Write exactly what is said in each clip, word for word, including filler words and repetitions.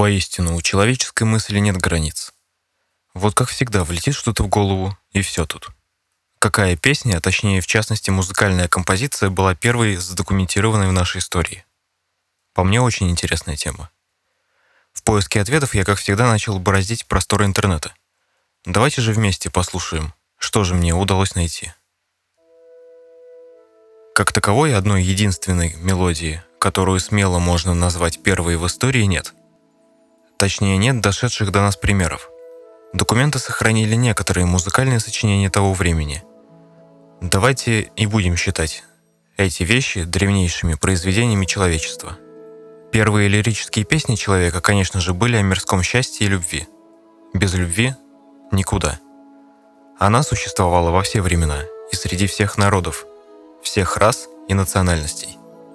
Воистину, у человеческой мысли нет границ. Вот как всегда, влетит что-то в голову, и все тут. Какая песня, а точнее, в частности, музыкальная композиция, была первой задокументированной в нашей истории? По мне, очень интересная тема. В поиске ответов я, как всегда, начал бороздить просторы интернета. Давайте же вместе послушаем, что же мне удалось найти. Как таковой, одной единственной мелодии, которую смело можно назвать первой в истории, нет. Точнее, нет дошедших до нас примеров. Документы сохранили некоторые музыкальные сочинения того времени. Давайте и будем считать эти вещи древнейшими произведениями человечества. Первые лирические песни человека, конечно же, были о мирском счастье и любви. Без любви — никуда. Она существовала во все времена и среди всех народов, всех рас и национальностей.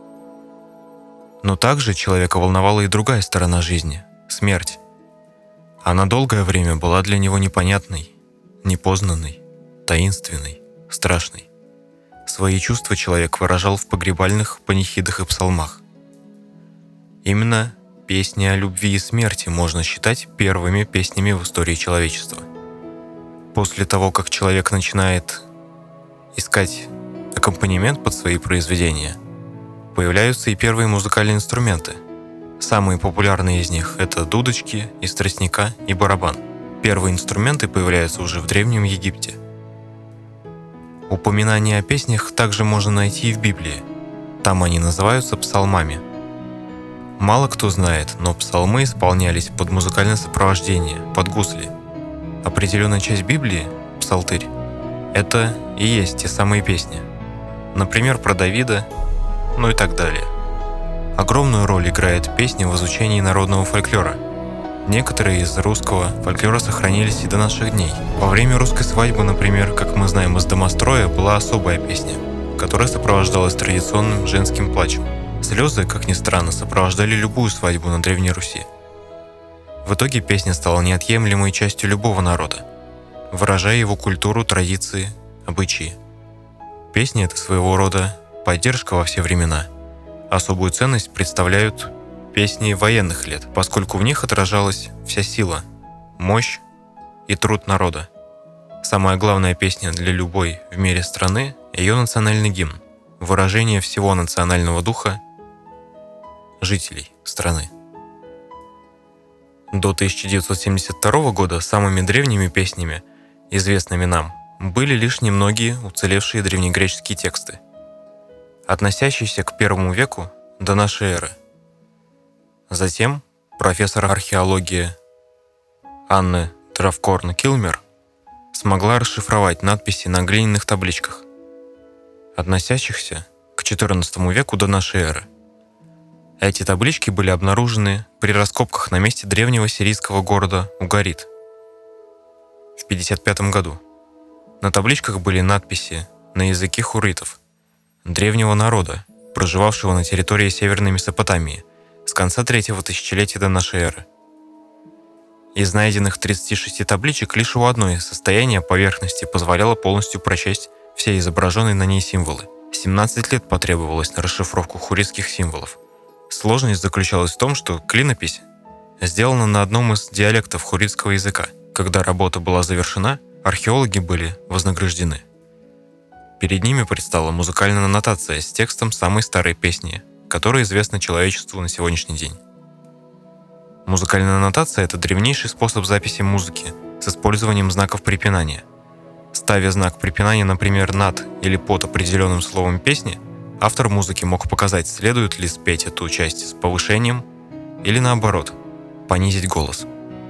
Но также человека волновала и другая сторона жизни — смерть. Она долгое время была для него непонятной, непознанной, таинственной, страшной. Свои чувства человек выражал в погребальных панихидах и псалмах. Именно песни о любви и смерти можно считать первыми песнями в истории человечества. После того, как человек начинает искать аккомпанемент под свои произведения, появляются и первые музыкальные инструменты. Самые популярные из них — это дудочки из тростника и барабан. Первые инструменты появляются уже в Древнем Египте. Упоминания о песнях также можно найти и в Библии. Там они называются псалмами. Мало кто знает, но псалмы исполнялись под музыкальное сопровождение, под гусли. Определенная часть Библии, псалтырь, это и есть те самые песни. Например, про Давида, ну и так далее. Огромную роль играет песня в изучении народного фольклора. Некоторые из русского фольклора сохранились и до наших дней. Во время русской свадьбы, например, как мы знаем из «Домостроя», была особая песня, которая сопровождалась традиционным женским плачем. Слезы, как ни странно, сопровождали любую свадьбу на Древней Руси. В итоге песня стала неотъемлемой частью любого народа, выражая его культуру, традиции, обычаи. Песня — это своего рода поддержка во все времена. Особую ценность представляют песни военных лет, поскольку в них отражалась вся сила, мощь и труд народа. Самая главная песня для любой в мире страны — ее национальный гимн, выражение всего национального духа жителей страны. До тысяча девятьсот семьдесят второго года самыми древними песнями, известными нам, были лишь немногие уцелевшие древнегреческие тексты, относящиеся к первому веку до нашей эры. Затем профессор археологии Анна Травкорн-Килмер смогла расшифровать надписи на глиняных табличках, относящихся к четырнадцатому веку до нашей эры. Эти таблички были обнаружены при раскопках на месте древнего сирийского города Угарит в пятьдесят пятом году. На табличках были надписи на языке хурритов, древнего народа, проживавшего на территории Северной Месопотамии с конца третьего тысячелетия до нашей эры. Из найденных тридцати шести табличек лишь у одной состояние поверхности позволяло полностью прочесть все изображенные на ней символы. семнадцать лет потребовалось на расшифровку хурритских символов. Сложность заключалась в том, что клинопись сделана на одном из диалектов хурритского языка. Когда работа была завершена, археологи были вознаграждены. Перед ними предстала музыкальная нотация с текстом самой старой песни, которая известна человечеству на сегодняшний день. Музыкальная нотация — это древнейший способ записи музыки с использованием знаков препинания. Ставя знак препинания, например, над или под определенным словом песни, автор музыки мог показать, следует ли спеть эту часть с повышением или, наоборот, понизить голос.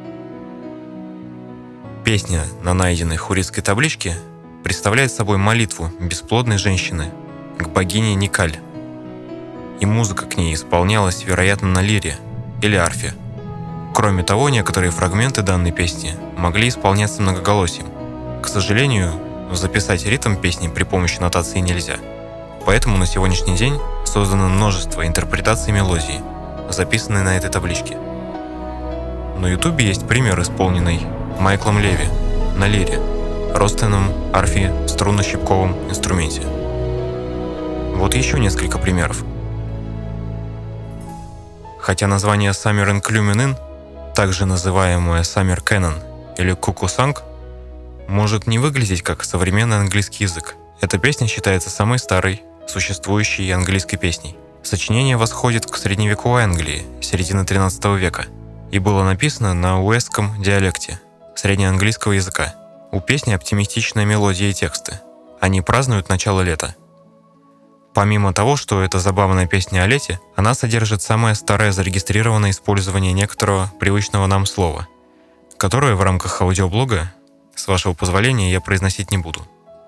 Песня на найденной хурритской табличке представляет собой молитву бесплодной женщины к богине Никаль, и музыка к ней исполнялась, вероятно, на лире или арфе. Кроме того, некоторые фрагменты данной песни могли исполняться многоголосием. К сожалению, записать ритм песни при помощи нотации нельзя, поэтому на сегодняшний день создано множество интерпретаций мелодии, записанной на этой табличке. На ютубе есть пример, исполненный Майклом Леви на лире, Ростеном, арфе, струнно-щипковом инструменте. Вот еще несколько примеров. Хотя название Summer in Clumin Inn также называемая Summer Canon или Кукусанг, может не выглядеть как современный английский язык. Эта песня считается самой старой, существующей английской песней. Сочинение восходит к средневековой Англии, середины тринадцатого века, и было написано на уэстском диалекте среднеанглийского языка. У песни оптимистичная мелодия и тексты. Они празднуют начало лета. Помимо того, что это забавная песня о лете, она содержит самое старое зарегистрированное использование некоторого привычного нам слова, которое в рамках аудиоблога, с вашего позволения, я произносить не буду.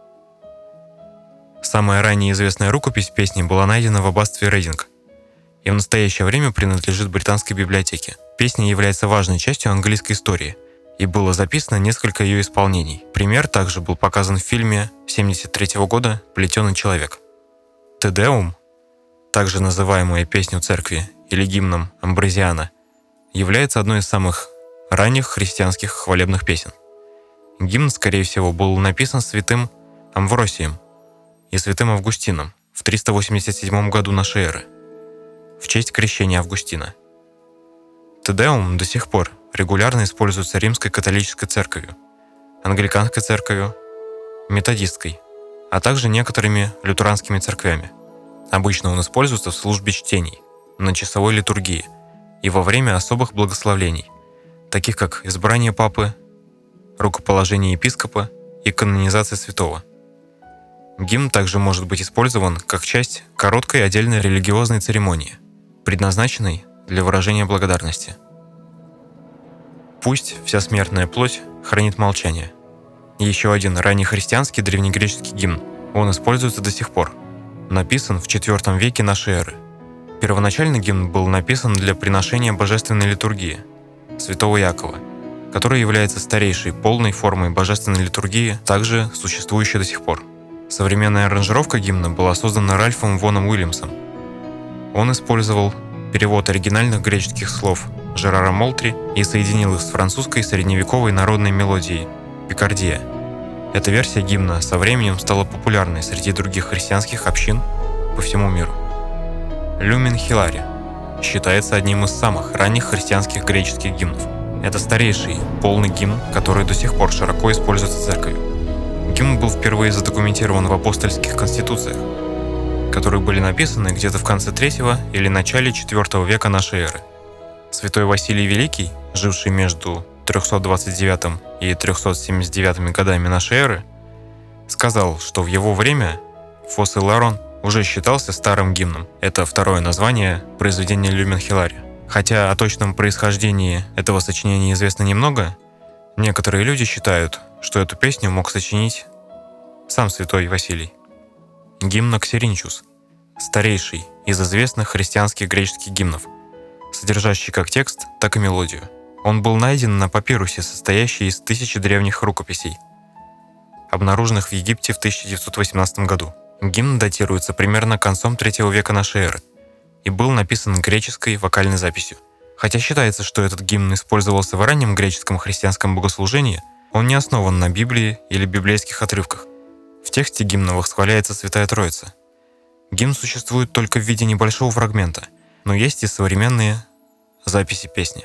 Самая ранняя известная рукопись песни была найдена в аббатстве Рейдинг и в настоящее время принадлежит британской библиотеке. Песня является важной частью английской истории, и было записано несколько ее исполнений. Пример также был показан в фильме семьдесят третьего года «Плетеный человек». Те Деум, также называемая песню церкви или гимном Амброзиана, является одной из самых ранних христианских хвалебных песен. Гимн, скорее всего, был написан святым Амвросием и святым Августином в триста восемьдесят седьмом году нашей эры в честь крещения Августина. Те Деум до сих пор регулярно используется Римской католической церковью, Англиканской церковью, Методистской, а также некоторыми лютеранскими церквями. Обычно он используется в службе чтений, на часовой литургии и во время особых благословлений, таких как избрание папы, рукоположение епископа и канонизация святого. Гимн также может быть использован как часть короткой отдельной религиозной церемонии, предназначенной для выражения благодарности. «Пусть вся смертная плоть хранит молчание». Еще один раннехристианский древнегреческий гимн. Он используется до сих пор. Написан в четвёртом веке нашей эры. Первоначально гимн был написан для приношения божественной литургии святого Якова, который является старейшей полной формой божественной литургии, также существующей до сих пор. Современная аранжировка гимна была создана Ральфом Воном Уильямсом. Он использовал перевод оригинальных греческих слов Жерара Молтри и соединил их с французской средневековой народной мелодией «Пикардия». Эта версия гимна со временем стала популярной среди других христианских общин по всему миру. «Люмен Хилари» считается одним из самых ранних христианских греческих гимнов. Это старейший полный гимн, который до сих пор широко используется церковью. Гимн был впервые задокументирован в апостольских конституциях, которые были написаны где-то в конце третьего или начале четвёртого века нашей эры. Святой Василий Великий, живший между тремястами двадцать девятым и тремястами семьдесят девятым годами нашей эры, сказал, что в его время Фос Иларон уже считался старым гимном. Это второе название произведения Люмен Хилари. Хотя о точном происхождении этого сочинения известно немного, некоторые люди считают, что эту песню мог сочинить сам святой Василий. Гимн Ксеринчус – старейший из известных христианских греческих гимнов, содержащий как текст, так и мелодию. Он был найден на папирусе, состоящей из тысячи древних рукописей, обнаруженных в Египте в тысяча девятьсот восемнадцатом году. Гимн датируется примерно концом третьего века нашей эры и был написан греческой вокальной записью. Хотя считается, что этот гимн использовался в раннем греческом христианском богослужении, он не основан на Библии или библейских отрывках. В тексте гимна восхваляется Святая Троица. Гимн существует только в виде небольшого фрагмента, но есть и современные записи песни.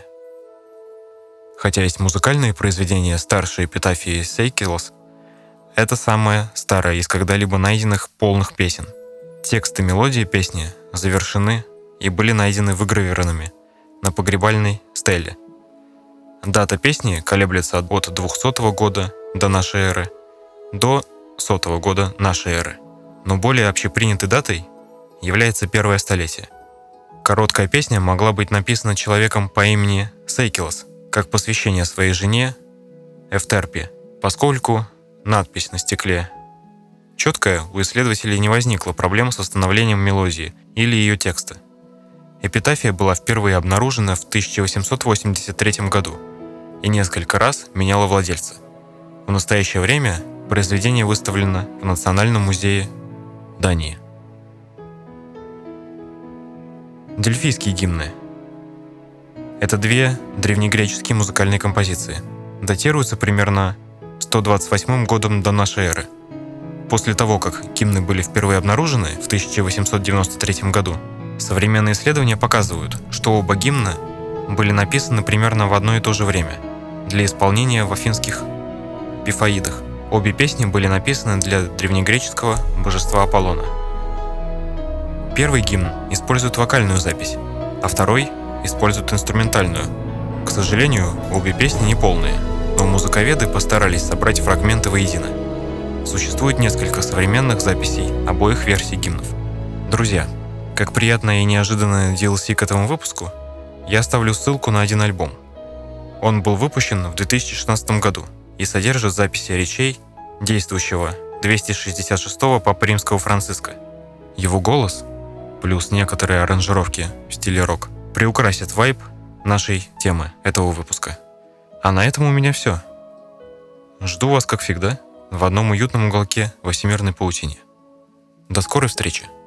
Хотя есть музыкальные произведения старше эпитафии Сейкилос, это самая старая из когда-либо найденных полных песен. Текст и мелодия песни завершены и были найдены выгравированными на погребальной стеле. Дата песни колеблется от двухсотого года до нашей эры до сотого года нашей эры, но более общепринятой датой является первое столетие. Короткая песня могла быть написана человеком по имени Сейкилос, как посвящение своей жене Эвтерпе, поскольку надпись на стекле четкая, у исследователей не возникло проблем с восстановлением мелодии или ее текста. Эпитафия была впервые обнаружена в тысяча восемьсот восемьдесят третьем году и несколько раз меняла владельца. В настоящее время произведение выставлено в Национальном музее Дании. Дельфийские гимны. Это две древнегреческие музыкальные композиции. Датируются примерно сто двадцать восьмым годом до нашей эры. После того, как гимны были впервые обнаружены в тысяча восемьсот девяносто третьем году, современные исследования показывают, что оба гимна были написаны примерно в одно и то же время для исполнения в афинских пифаидах. Обе песни были написаны для древнегреческого божества Аполлона. Первый гимн использует вокальную запись, а второй использует инструментальную. К сожалению, обе песни не полные, но музыковеды постарались собрать фрагменты воедино. Существует несколько современных записей обоих версий гимнов. Друзья, как приятное и неожиданное ди эл си к этому выпуску, я оставлю ссылку на один альбом. Он был выпущен в две тысячи шестнадцатом году и содержит записи речей действующего двести шестьдесят шестого Папы Римского Франциска. Его голос, плюс некоторые аранжировки в стиле рок, приукрасят вайб нашей темы этого выпуска. А на этом у меня все. Жду вас, как всегда, в одном уютном уголке во всемирной паутине. До скорой встречи!